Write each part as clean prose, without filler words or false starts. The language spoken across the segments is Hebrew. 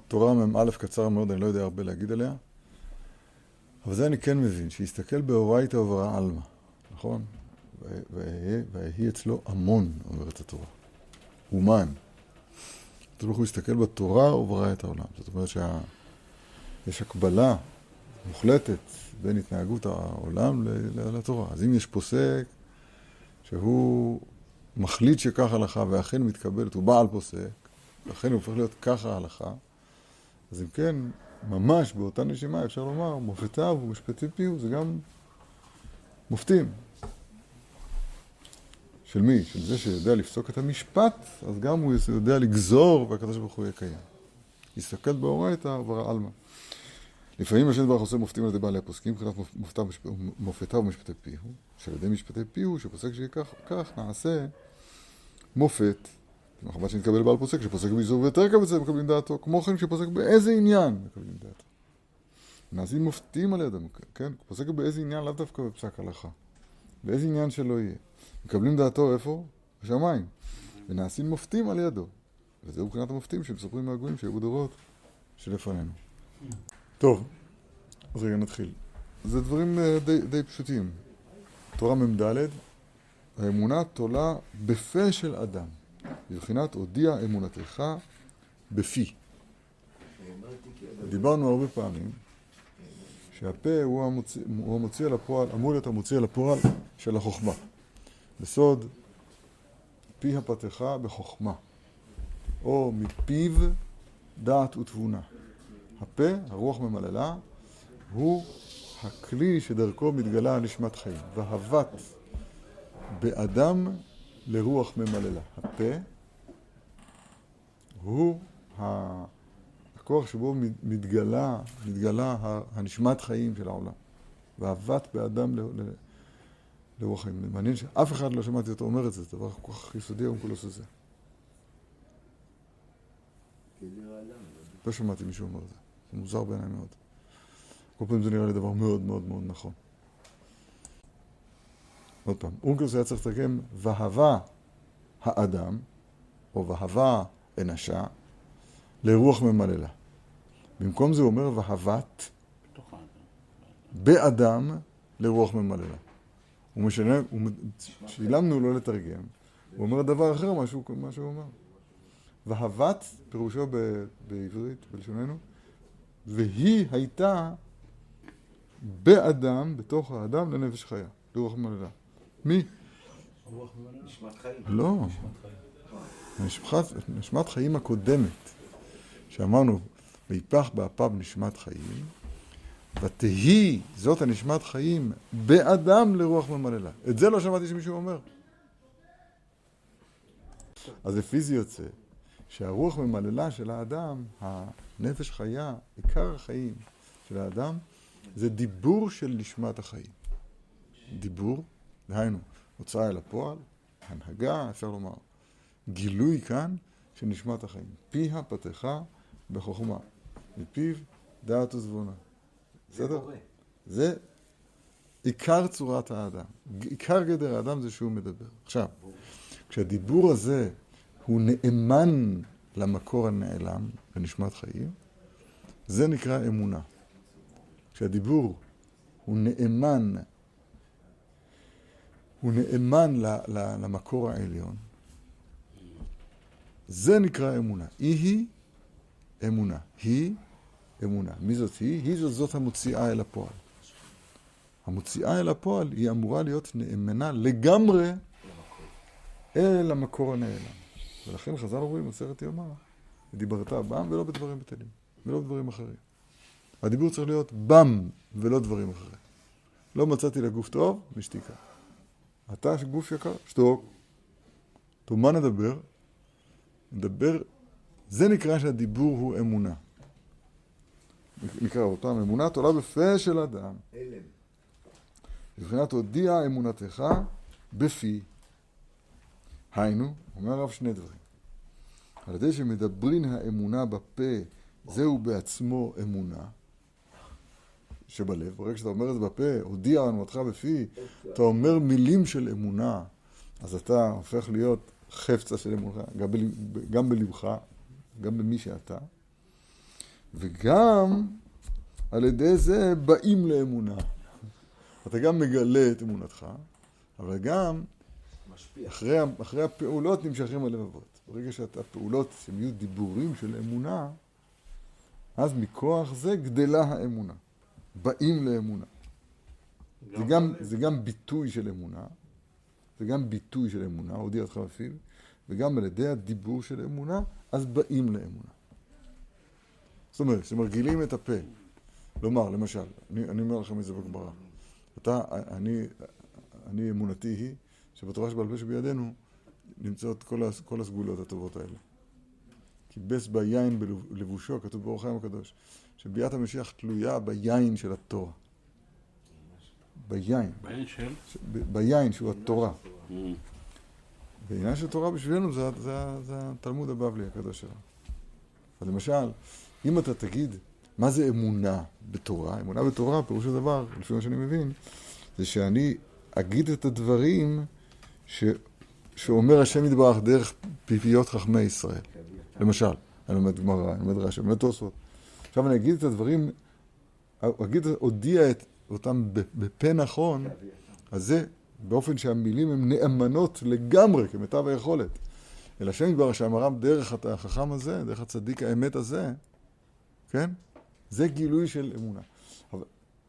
תורה מ"א קצר מאוד, אני לא יודע הרבה להגיד עליה. אבל זה אני כן מבין, שיסתכל באורייתא וברא עלמא, נכון? ויהי אצלו המון, אומרת התורה. אומן. הוא יסתכל בתורה וברא את העולם. זאת אומרת שיש הקבלה מוחלטת בין התנהגות העולם לתורה. אז אם יש פוסק שהוא מחליט שכך הלכה ואכן מתקבלת, הוא בעל פוסק, ואכן הוא הופך להיות ככה ההלכה, אז אם כן, ממש באותה נשימה אפשר לומר, מופתיו ומשפטי פיהו זה גם מופתים. של מי? של זה שיודע לפסוק את המשפט, אז גם הוא יודע לגזור והקדוש ברוך הוא יהיה קיים. יסתכל באורייתא וברא עלמא. לפעמים השם יתברך עושה מופתים על ידי בעלי הפוסקים, מבחינת מופתיו ומשפטי פיהו, שעל ידי משפטי פיהו, שפוסק שכך נעשה מופת, מחמת שנתקבל בעל פוסק, שפוסק באיסור ויתר קבצה מקבלים דעתו, כמו כן שפוסק באיזה עניין מקבלים דעתו. נעשים מופתים על ידם, כן? פוסק באיזה עניין, לאו דווקא בפסק הלכה. באיזה עניין שלא יהיה. מקבלים דעתו איפה? בשמיים. ונעשים מופתים על ידו. וזהו מבחינת המופתים שמספרים מהגויים שהיו דורות שלפנינו. טוב, אז רגע נתחיל. זה דברים די פשוטים. תורה מ"ד, האמונה תולה בפה של אדם. בבחינת הודיע אמונתך בפי. דיברנו הרבה פעמים שהפה הוא המוציא על הפועל, אמור להיות המוציא על הפועל של החוכמה. בסוד פי הפתך בחוכמה, או מפיו דעת ותבונה. הפה, הרוח ממללה, הוא הכלי שדרכו מתגלה נשמת חיים. והבת באדם לרוח ממללה. הפה הוא הכוח שבו מתגלה הנשמת חיים של העולם. והבת באדם לרוח חיים. מעניין שאף אחד לא שמעתי אותו אומר את זה, זה דבר כל כך יסודי היום כולו שזה. לא שמעתי מישהו אומר את זה. זה מוזר בעיניי מאוד. כל פעם זה נראה לי דבר מאוד מאוד מאוד נכון. עוד פעם, אונקלוס היה צריך לתרגם והווה האדם, או והווה אנשה, לרוח ממללה. במקום זה הוא אומר והוות באדם לרוח ממללה. הוא משנה, שילמנו לא לתרגם. הוא אומר דבר אחר מה שהוא אומר. והוות, פירושו בעברית, בלשוננו, והיא הייתה באדם, בתוך האדם, לנפש חיה, לרוח ממללה. מי? רוח ממללה? נשמת חיים. לא. נשמת חיים הקודמת, שאמרנו, ויפח באפיו נשמת חיים, ותהי זאת הנשמת חיים באדם לרוח ממללה. את זה לא שמעתי שמישהו אומר. אז לפי זה יוצא שהרוח ממללה של האדם, הנפש חיה, עיקר החיים של האדם, זה דיבור של נשמת החיים. דיבור, דהיינו, הוצאה אל הפועל, הנהגה, אפשר לומר, גילוי כאן של נשמת החיים. פיה פתחה בחוכמה, מפיו דעת ותבונה. בסדר? זה עיקר צורת האדם. עיקר גדר האדם זה שהוא מדבר. עכשיו, כשהדיבור הזה הוא נאמן למקור הנעלם בנשמת חיים, זה נקרא אמונה. כשהדיבור הוא נאמן למקור העליון, זה נקרא אמונה. היא אמונה. היא אמונה. מי זאת היא? היא זאת המוציאה אל הפועל. המוציאה אל הפועל היא אמורה להיות נאמנה לגמרי אל המקור הנעלם. ולכן חז"ל אומרים מסכת יומא, דיברת בם ולא בדברים בטלים, ולא בדברים אחרים. הדיבור צריך להיות בם ולא דברים אחרים. לא מצאתי לגוף טוב, משתיקה. אתה גוף יקר, שתוק. טוב, מה נדבר? נדבר, זה נקרא שהדיבור הוא אמונה. נקרא אותם, אמונה תולה בפה של אדם. אלם. בבחינת הודיע אמונתך בפי. היינו, אומר הרב שני דברים. על ידי שמדברין האמונה בפה, זהו בעצמו אמונה. שבלב, ברגע שאתה אומר את זה בפה, הודיע אמונתך בפי, אתה אומר מילים של אמונה, אז אתה הופך להיות חפצה של אמונתך, גם בלבך, גם במי שאתה. וגם על ידי זה באים לאמונה. אתה גם מגלה את אמונתך, אבל גם אחרי הפעולות נמשכים הלבבות. ברגע שהפעולות הם יהיו דיבורים של אמונה, אז מכוח זה גדלה האמונה. באים לאמונה. זה גם ביטוי של אמונה, זה גם ביטוי של אמונה, הודיע אותך אפילו, וגם על ידי הדיבור של אמונה, אז באים לאמונה. זאת אומרת, שמרגילים את הפה. לומר, למשל, אני אומר לכם את זה בגמרא. אני אמונתי היא, שבתורה שבעל פה שבידינו, נמצאות כל הסגולות הטובות האלה. כיבס ביין בלבושו, כתוב באור החיים הקדוש, שביאת המשיח תלויה ביין של התורה. ביין. ביין שהוא התורה. בעניין של תורה בשבילנו זה התלמוד הבבלי הקדוש שלנו. אז למשל, אם אתה תגיד מה זה אמונה בתורה, אמונה בתורה פירוש הדבר, לפי מה שאני מבין, זה שאני אגיד את הדברים שאומר השם יתברך דרך פיפיות חכמי ישראל. למשל, אני לומד גמרא, אני לומד רש"י, אני לומד תוספות. עכשיו אני אגיד את הדברים, אודיע אותם בפה נכון, אז זה באופן שהמילים הן נאמנות לגמרי, כמיטב היכולת. אלא השם יתברך שאמרם דרך החכם הזה, דרך הצדיק האמת הזה, כן? זה גילוי של אמונה. אבל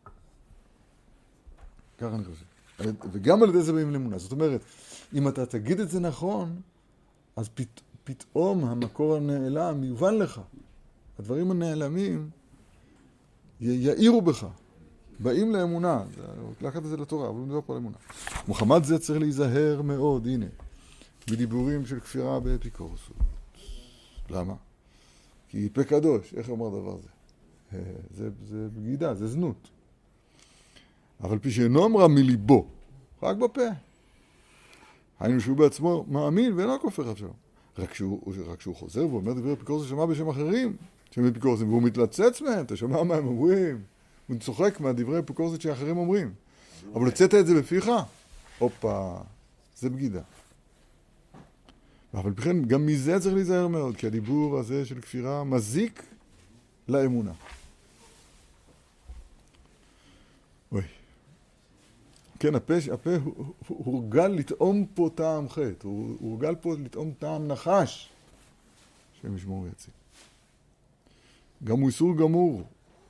ככה אני חושב. וגם על ידי זה באים לאמונה. זאת אומרת, אם אתה תגיד את זה נכון, אז פתאום המקור הנעלם יובן לך. הדברים הנעלמים יאירו בך. באים לאמונה. לקחת את זה לתורה, אבל מדבר פה לאמונה. מוחמד זה צריך להיזהר מאוד, הנה, בדיבורים של כפירה באפיקורסות. למה? כי פה קדוש, איך אומר דבר זה? זה בגידה, זה זנות. אבל פי שאינו אמרה מליבו, רק בפה. היינו שהוא בעצמו מאמין ואינו כופר עכשיו. רק שהוא חוזר ואומר דברי אפיקורסות שמע בשם אחרים, שם אפיקורסות, והוא מתלצץ מהם, אתה שומע מה הם אומרים, הוא צוחק מהדברי אפיקורסות שאחרים אומרים. אבל הוצאת את זה בפיך, הופה, זה בגידה. אבל בכן, גם מזה צריך להיזהר מאוד, כי הדיבור הזה של כפירה מזיק לאמונה. אוי. כן, הפה הוא הורגל לטעום פה טעם חטא, הוא הורגל פה לטעום טעם נחש, שהם ישמעו ויציל. גם הוא איסור גמור.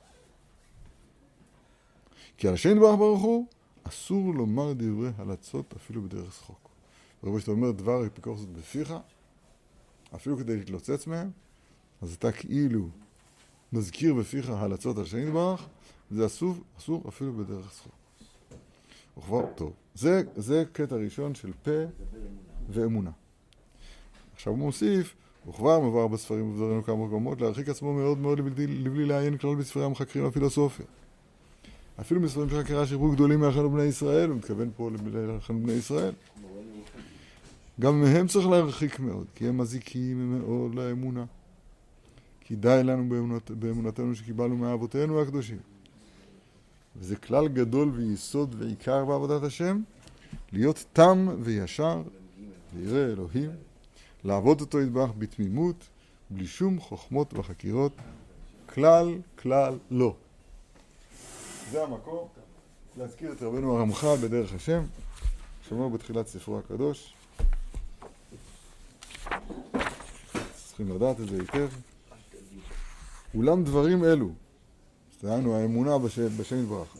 כי על השם יתברך ברוך הוא, אסור לומר דברי הלצות אפילו בדרך שחוק. ברור שאתה אומר דבר אפיקורסות בפיך, אפילו כדי להתלוצץ מהם, אז אתה כאילו מזכיר בפיך הלצות על השם יתברך, זה אסור אפילו בדרך שחוק. וכבר, טוב, זה קטע ראשון של פה ואמונה. עכשיו הוא מוסיף, וכבר מבואר בספרים ובדורנו כמה מקומות, להרחיק עצמו מאוד מאוד לבלי לעיין כלל בספרי המחקרים הפילוסופיה. אפילו בספרים של חקירה שחררו גדולים מאחנו בני ישראל, הוא מתכוון פה לאחנו בני ישראל. גם מהם צריך להרחיק מאוד, כי הם מזיקים מאוד לאמונה. כי די לנו באמונתנו שקיבלנו מאבותינו הקדושים. וזה כלל גדול ויסוד ועיקר בעבודת השם, להיות תם וישר, וירא אלוהים, לעבוד אותו יתברך בתמימות, בלי שום חוכמות וחקירות, כלל לא. זה המקור להזכיר את רבנו הרמח"ל בדרך השם, שאומר בתחילת ספרו הקדוש. צריכים לדעת את זה היטב. אולם דברים אלו, דהיינו האמונה בשם יתברך,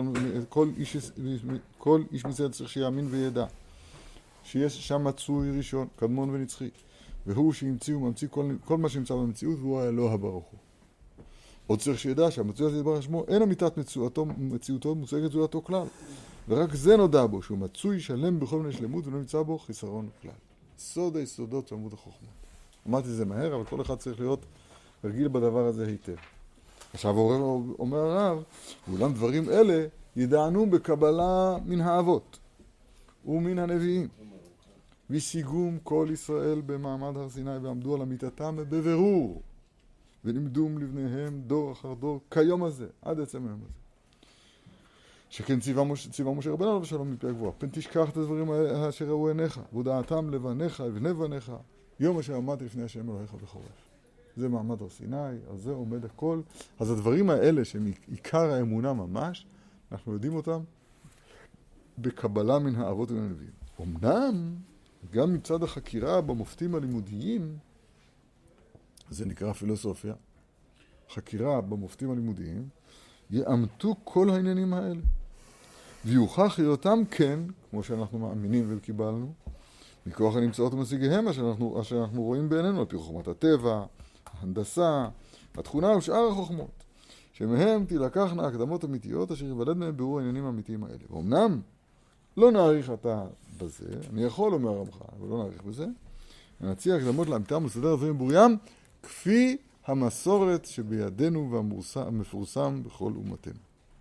כל איש מישראל צריך שיאמין וידע שיש שם מצוי ראשון, קדמון ונצחי, והוא שהמציא וממציא כל מה שנמצא במציאות, והוא האלוה ברוך הוא. עוד צריך שידע שהמצוי הזה יתברך שמו אין אמיתת מציאותו מושגת זולתו כלל, ורק זה נודע בו שהוא מצוי שלם בכל מיני שלמות ולא נמצא בו חיסרון כלל. סוד היסודות של עמוד החוכמה. אמרתי זה מהר, אבל כל אחד צריך להיות רגיל בדבר הזה היטב. עכשיו אומר הרב, ואולם דברים אלה ידענו בקבלה מן האבות ומן הנביאים, ושיגום כל ישראל במעמד הר סיני ועמדו על אמיתתם בבירור, ולימדום לבניהם דור אחר דור כיום הזה, עד עצם היום הזה. שכן ציווה משה רבנו עליו השלום מפי הגבוהה, פן תשכח את הדברים אשר ראו עיניך, והודעתם לבניך, לבני בניך, יום אשר עמדתי לפני השם אלוהיך בחורף. זה מעמד הר סיני, על זה עומד הכל. אז הדברים האלה שהם עיקר האמונה ממש, אנחנו יודעים אותם בקבלה מן האבות ומן הנביאים. אמנם, גם מצד החקירה במופתים הלימודיים, זה נקרא פילוסופיה, חקירה במופתים הלימודיים, יאמתו כל העניינים האלה. ויוכח היותם כן, כמו שאנחנו מאמינים וקיבלנו, מכוח הנמצאות ומשיגיהם אשר אנחנו רואים בעינינו, על פי חוכמת הטבע, ההנדסה, התכונה ושאר החוכמות, שמהם תילקחנה הקדמות אמיתיות אשר יוולד מהם בירור העניינים האמיתיים האלה. ואומנם לא נעריך עתה בזה, אני יכול אומר רמך, אבל לא נעריך בזה, נציע הקדמות לאמיתם ולסדר דברים בוריים, כפי המסורת שבידינו והמפורסם בכל אומתנו.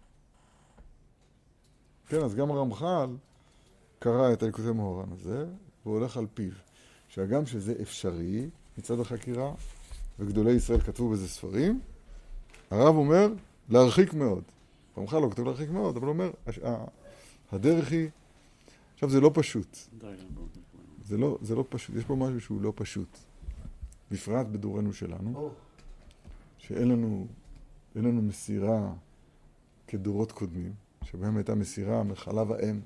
כן, אז גם הרמח"ל קרא את הליקוטי מהור"ן הזה, והולך על פיו, שהגם שזה אפשרי מצד החקירה, וגדולי ישראל כתבו בזה ספרים, הרב אומר להרחיק מאוד. הרמח"ל לא כתוב להרחיק מאוד, אבל הוא אומר, הדרך היא, עכשיו זה לא פשוט. זה לא פשוט, יש פה משהו שהוא לא פשוט. בפרט בדורנו שלנו, שאין לנו מסירה כדורות קודמים, שבהם הייתה מסירה מחלב האם.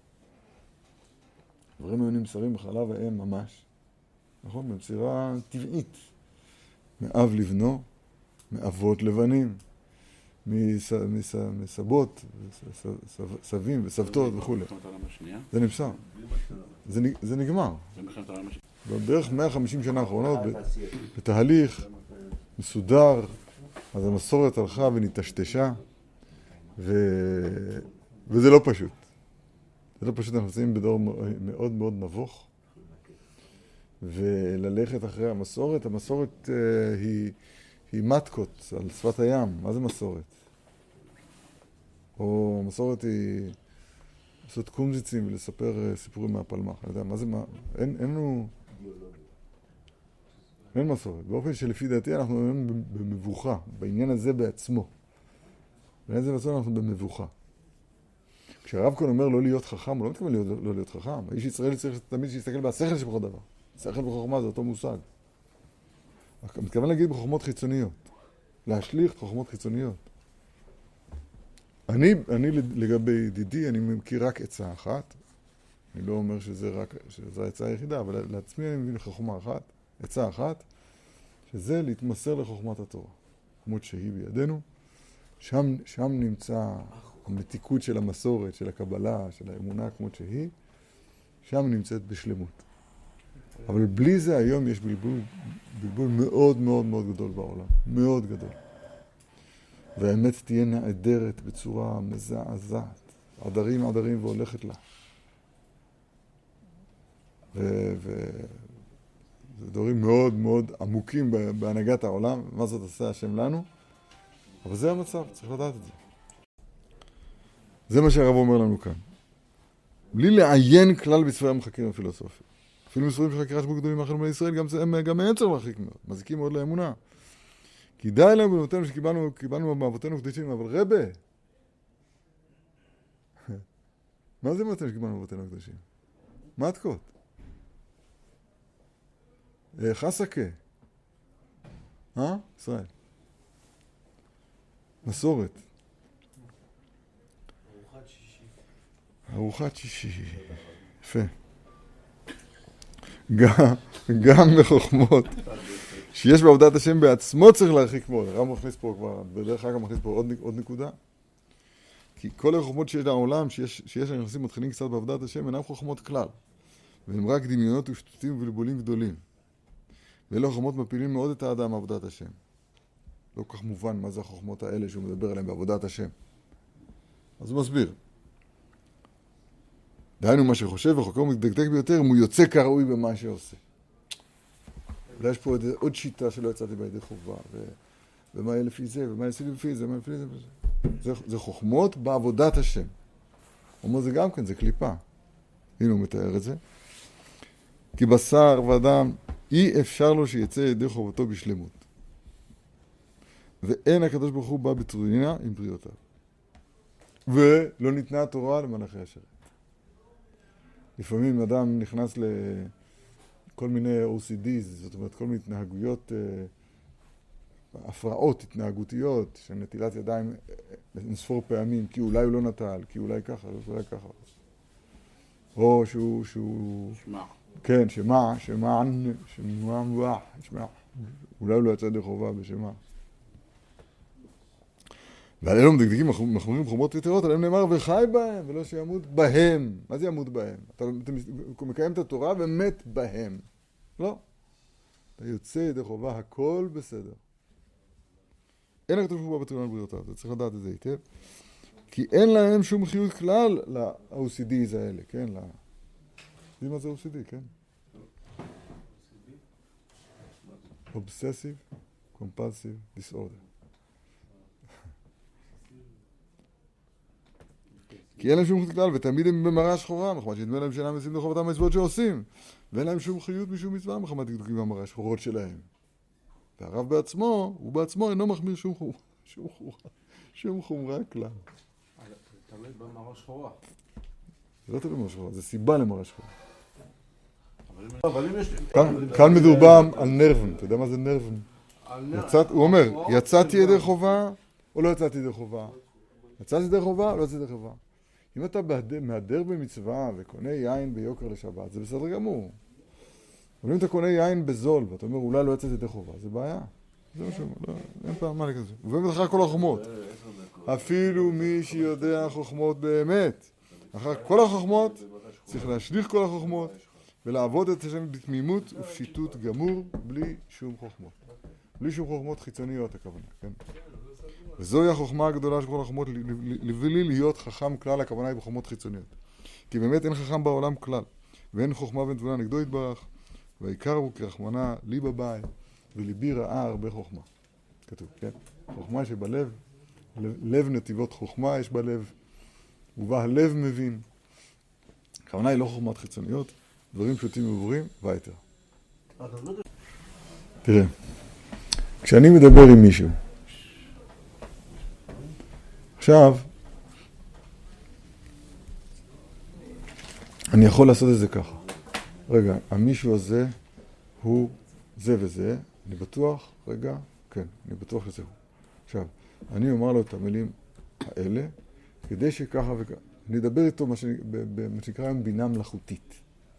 דברים היו נמסרים מחלב האם ממש, נכון? במסירה טבעית. מאב לבנו, מאבות לבנים, מסבות, סבים וסבתות וכו'. זה נמסר. זה נגמר. בערך 150 שנה האחרונות, בתהליך מסודר, אז המסורת הלכה ונטשטשה, וזה לא פשוט. זה לא פשוט, אנחנו נמצאים בדור מאוד מאוד נבוך, וללכת אחרי המסורת. המסורת היא מתקות על שפת הים. מה זה מסורת? או המסורת היא לעשות קומזיצים ולספר סיפורים מהפלמ"ח. אני יודע, מה זה, אין מסורת. באופן שלפי דעתי אנחנו במבוכה, בעניין הזה בעצמו. בעניין הזה בעצמו אנחנו במבוכה. כשהרב כאן אומר לא להיות חכם, הוא לא מתכוון לא להיות חכם. האיש ישראלי צריך תמיד שיסתכל בהשכל שבכל דבר. שכל וחוכמה זה אותו מושג. הוא מתכוון להגיד בחוכמות חיצוניות. להשליך חוכמות חיצוניות. אני לגבי ידידי, אני מכיר רק עצה אחת. אני לא אומר שזו העצה היחידה, אבל לעצמי אני מבין חוכמה אחת, עצה אחת, שזה להתמסר לחוכמת התורה. כמות שהיא בידינו. שם נמצא המתיקות של המסורת, של הקבלה, של האמונה כמות שהיא. שם נמצאת בשלמות. אבל בלי זה היום יש בלבול מאוד מאוד מאוד גדול בעולם. מאוד גדול. והאמת תהיה נעדרת בצורה מזעזעת. עדרים והולכת לה. וזה דברים מאוד מאוד עמוקים בהנהגת העולם. מה זאת עושה השם לנו? אבל זה המצב, צריך לדעת את זה. זה מה שהרב אומר לנו כאן. בלי לעיין כלל בספרי המחקרים הפילוסופיים. אפילו בספרים של חקירה שבו גדולים מאחל בני ישראל, גם מהם צריך להרחיק מאוד. מזיקים מאוד לאמונה. כי די להם בנותינו שקיבלנו מאבותינו קדושים, אבל רבה, מה זה מאבותינו שקיבלנו מאבותינו קדושים? מתקות. חסקה. ישראל. מסורת. ארוחת שישי. יפה. גם בחוכמות שיש בעבודת השם בעצמו צריך להרחיק מאוד. הרב מכניס פה כבר, בדרך אגב מכניס פה עוד נקודה. כי כל החוכמות שיש לעולם, שיש הנכנסים מתחילים קצת בעבודת השם, אינם חוכמות כלל. והם רק דמיונות ושטותים ובלבולים גדולים. ואלה החוכמות מפילים מאוד את האדם בעבודת השם. לא כל כך מובן מה זה החוכמות האלה שהוא מדבר עליהן בעבודת השם. אז הוא מסביר. דהיינו מה שחושב וחוקר מתדקדק ביותר, אם הוא יוצא כראוי במה שעושה. אולי יש פה עוד שיטה שלא יצאתי בידי חובה, ומה יהיה לפי זה, ומה יעשה לפי זה, ומה לפי זה. זה חוכמות בעבודת השם. הוא אומר זה גם כן, זה קליפה. הנה הוא מתאר את זה. כי בשר ואדם אי אפשר לו שיצא ידי חובתו בשלמות. ואין הקדוש ברוך הוא בא בטרונינה עם בריאותיו. ולא ניתנה התורה למלאכי השרת. לפעמים אדם נכנס לכל מיני OCD, זאת אומרת כל מיני התנהגויות הפרעות התנהגותיות של נטילת ידיים לספור פעמים, כי אולי הוא לא נטל, כי אולי ככה, אולי ככה. או שהוא... שמע. כן, שמע, אולי הוא לא יצא ידי חובה בשמע. ועל אלו מדקדקים מחמירים חומרות יתרות, עליהם נאמר וחי בהם, ולא שימות בהם. מה זה ימות בהם? אתה מקיים את התורה ומת בהם. לא. אתה יוצא ידי חובה, הכל בסדר. אין הכתוב שהוא בא בתרונה לבריאותיו, אתה צריך לדעת את זה היטב. כי אין להם שום חיות כלל ל-OCDs האלה, כן? יודעים מה זה OCD, כן? Obsessive Compulsive Disorder. כי אין להם שום חיות כלל, ותמיד הם במראה שחורה, מחמת שנדמה להם שאינם עושים לחובתם המצוות שעושים. ואין להם שום חיות משום מצווה, מחמת דקדוקים במראה השחורות שלהם. והרב בעצמו, הוא בעצמו אינו מחמיר שום חומרה כלל. זה תלוי במראה שחורה. זה לא תלוי במראה שחורה, זה סיבה למראה שחורה. אבל אם יש... כאן מדובר על נרבן, אתה יודע מה זה נרבן? הוא אומר, יצאתי ידי חובה או לא יצאתי ידי חובה? יצאתי ידי חובה או לא יצאתי ידי חובה? אם אתה מהדר במצווה וקונה יין ביוקר לשבת, זה בסדר גמור. אבל אם אתה קונה יין בזול, ואתה אומר, אולי לא יצאתי ידי חובה, זה בעיה. זה משהו, לא, אין פעם מה לכזה. ובאמת אחר כל החוכמות. אפילו מי שיודע חוכמות באמת. אחר כל החוכמות, צריך להשליך כל החוכמות, ולעבוד את השם בתמימות ופשיטות גמור, בלי שום חוכמות. בלי שום חוכמות חיצוניות, הכוונה, כן? וזוהי החוכמה הגדולה של כל החוכמות, לבלי להיות חכם כלל, הכוונה היא בחוכמות חיצוניות. כי באמת אין חכם בעולם כלל, ואין חוכמה ואין תבונה נגדו יתברך, והעיקר הוא כרחמנה לי בבית, וליבי ראה הרבה חוכמה. כתוב, כן? חוכמה שבלב, לב נתיבות חוכמה יש בלב, ובה הלב מבין. הכוונה היא לא חוכמות חיצוניות, דברים פשוטים וברורים, והיתר. תראה, כשאני מדבר עם מישהו, עכשיו, אני יכול לעשות את זה ככה. רגע, המישהו הזה הוא זה וזה, אני בטוח, רגע, כן, אני בטוח שזה הוא. עכשיו, אני אומר לו את המילים האלה, כדי שככה וככה, אני אדבר איתו במה שנקרא היום בינה מלאכותית.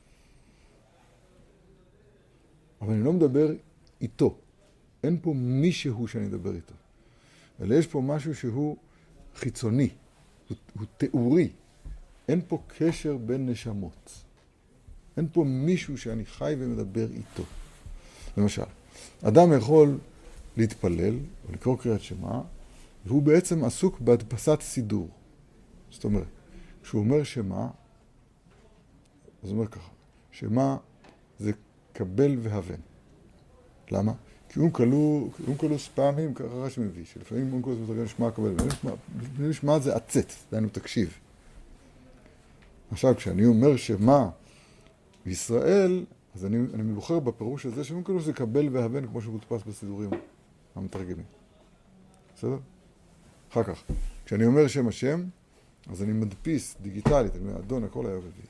אבל אני לא מדבר איתו. אין פה מישהו שאני אדבר איתו. אלא יש פה משהו שהוא חיצוני, הוא תיאורי. אין פה קשר בין נשמות. אין פה מישהו שאני חי ומדבר איתו. למשל, אדם יכול להתפלל או לקרוא קריאת שמע, והוא בעצם עסוק בהדפסת סידור. זאת אומרת, כשהוא אומר שמע, אז הוא אומר ככה, שמע זה קבל והבן. למה? כי אונקלוס פעמים, ככה רש"י מביא, שלפעמים אונקלוס מתרגם שמע קבל והבן, שמע זה עצת, דהיינו תקשיב. עכשיו, כשאני אומר שמע בישראל, אז אני בוחר בפירוש הזה שאונקלוס זה קבל והבן, כמו שהוא מודפס בסידורים המתרגמים. בסדר? אחר כך, כשאני אומר שם השם, אז אני מדפיס דיגיטלית, אני אומר, אדון, הכל היה רביעי.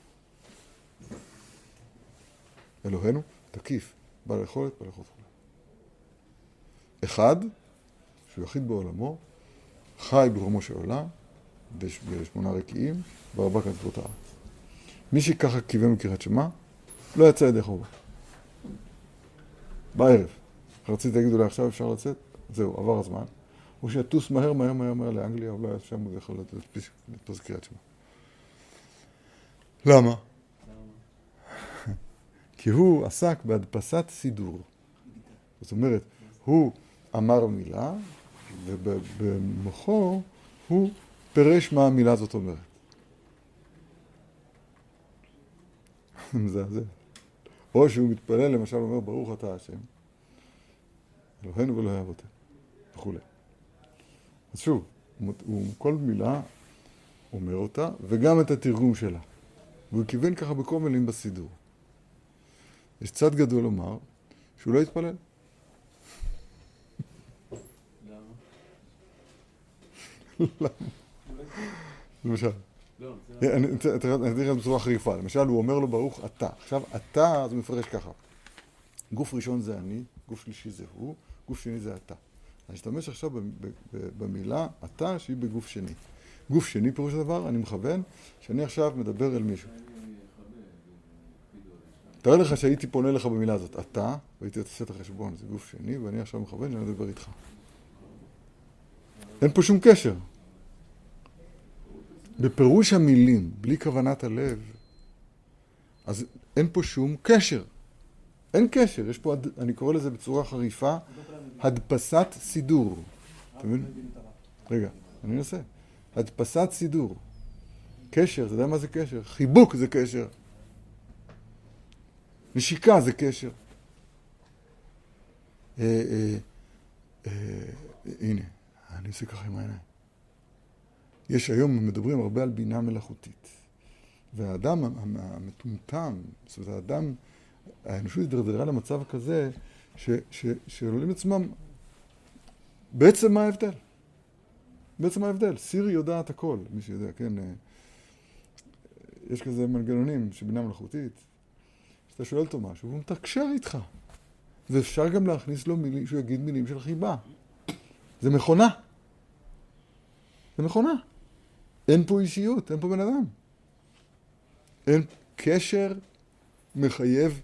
אלוהינו, תקיף, בעל יכולת, בעל יכולת חולה. אחד, שהוא יחיד בעולמו, חי ברומו של עולם, בשמונה רקיעים, בארבע כנפות הארץ. מי שככה כיוון בקריאת שמע, לא יצא ידי חובה. בערב. רציתי להגיד אולי עכשיו אפשר לצאת, זהו, עבר הזמן. או שיטוס מהר לאנגליה, אולי שם הוא יכול לתפוס קריאת שמע. למה? כי הוא עסק בהדפסת סידור. זאת אומרת, הוא אמר מילה, ובמוחו הוא פירש מה המילה הזאת אומרת. זה. או שהוא מתפלל, למשל, אומר, ברוך אתה השם, אלוהינו ואלוהי אבותינו, וכו'. אז שוב, הוא כל מילה אומר אותה, וגם את התרגום שלה. והוא כיוון ככה בכל מילים בסידור. יש צד גדול לומר שהוא לא יתפלל. למה? למשל. אני אתן לך בצורה חריפה. למשל, הוא אומר לו ברוך אתה. עכשיו, אתה, אז הוא מפרש ככה. גוף ראשון זה אני, גוף שלישי זה הוא, גוף שני זה אתה. אני אשתמש עכשיו במילה אתה שהיא בגוף שני. גוף שני פירוש הדבר, אני מכוון שאני עכשיו מדבר אל מישהו. תראה לך שהייתי פונה לך במילה הזאת, אתה, והייתי עושה את החשבון, זה גוף שני, ואני עכשיו מכוון שאני מדבר איתך. אין פה שום קשר. בפירוש המילים, בלי כוונת הלב, אז אין פה שום קשר. אין קשר, יש פה, אני קורא לזה בצורה חריפה, הדפסת סידור. אתה מבין? רגע, אני אנסה. הדפסת סידור. קשר, אתה יודע מה זה קשר? חיבוק זה קשר. נשיקה זה קשר. הנה, אני עושה ככה עם העיניים. יש היום, מדברים הרבה על בינה מלאכותית. והאדם המטומטם, זאת אומרת, האדם, האנושות התדרדרה למצב כזה, שעולים עצמם, בעצם מה ההבדל? בעצם ההבדל. סירי יודעת הכל, מי שיודע, כן? יש כזה מנגנונים שבינה מלאכותית, שאתה שואל אותו משהו, והוא מתקשר איתך. ואפשר גם להכניס לו מילים, שהוא יגיד מילים של חיבה. זה מכונה. זה מכונה. אין פה אישיות, אין פה בן אדם. אין קשר מחייב,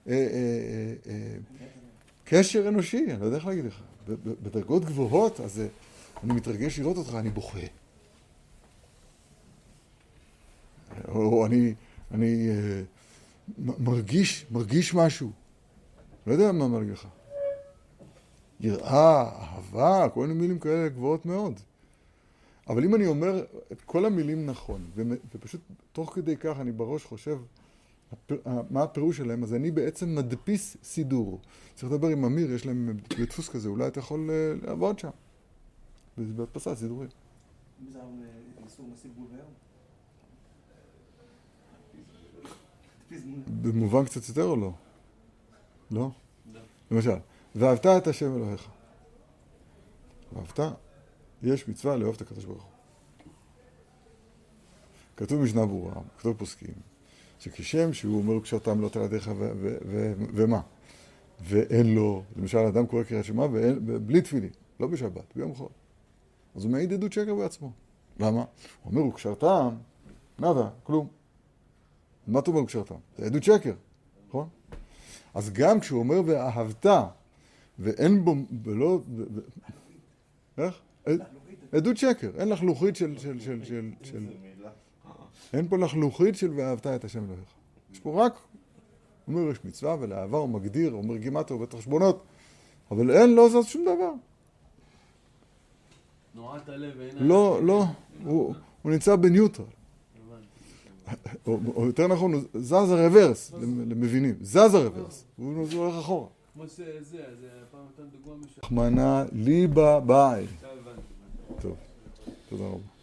קשר אנושי, אני לא יודע איך להגיד לך. בדרגות גבוהות, אז אני מתרגש לראות אותך, אני בוכה. או אני מרגיש משהו. לא יודע מה מרגיש לך. יראה, אהבה, כל מיני מילים כאלה גבוהות מאוד. אבל אם אני אומר את כל המילים נכון, ופשוט תוך כדי כך אני בראש חושב מה הפירוש שלהם, אז אני בעצם מדפיס סידור. צריך לדבר עם אמיר, יש להם דפוס כזה, אולי אתה יכול לעבוד שם. וזה בהדפסת סידורים. מי זה איסור מסיב גבול ויום? במובן קצת יותר או לא? לא? למשל, ואהבת את השם אלוהיך. ואהבת, יש מצווה לאהוב את הקדוש ברוך הוא. כתוב משנה ברורה, כתוב פוסקים, שכשם שהוא אומר קשרתם לא תלדיך ומה? ואין לו, למשל האדם קורא קריאת שמע בלי תפילין, לא בשבת, ביום חול. אז הוא מעיד עדות שקר בעצמו. למה? הוא אומר, הוא קשרתם, נדה, כלום. מה אתה אומר הוא קשרתם? זה עדות שקר, נכון? אז גם כשהוא אומר ואהבת, ואין בו, ולא, איך? עדות שקר, אין לך לוחית של אין פה לך לוחית של ואהבת את השם אלוהיך. יש פה רק, הוא אומר, יש מצווה ולאהבה הוא מגדיר, הוא אומר גימטריה, הוא בית חשבונות, אבל אין, לא זז שום דבר. נועת הלב ואין... לא, הוא נמצא בניוטרל. או יותר נכון, הוא זז הרוורס, למבינים. זז הרוורס, הוא הולך אחורה. כמו שזה, אז פעם נתן דוגמה משהו. רחמנא ליבא ביי. עכשיו הבנתי. טוב, תודה רבה.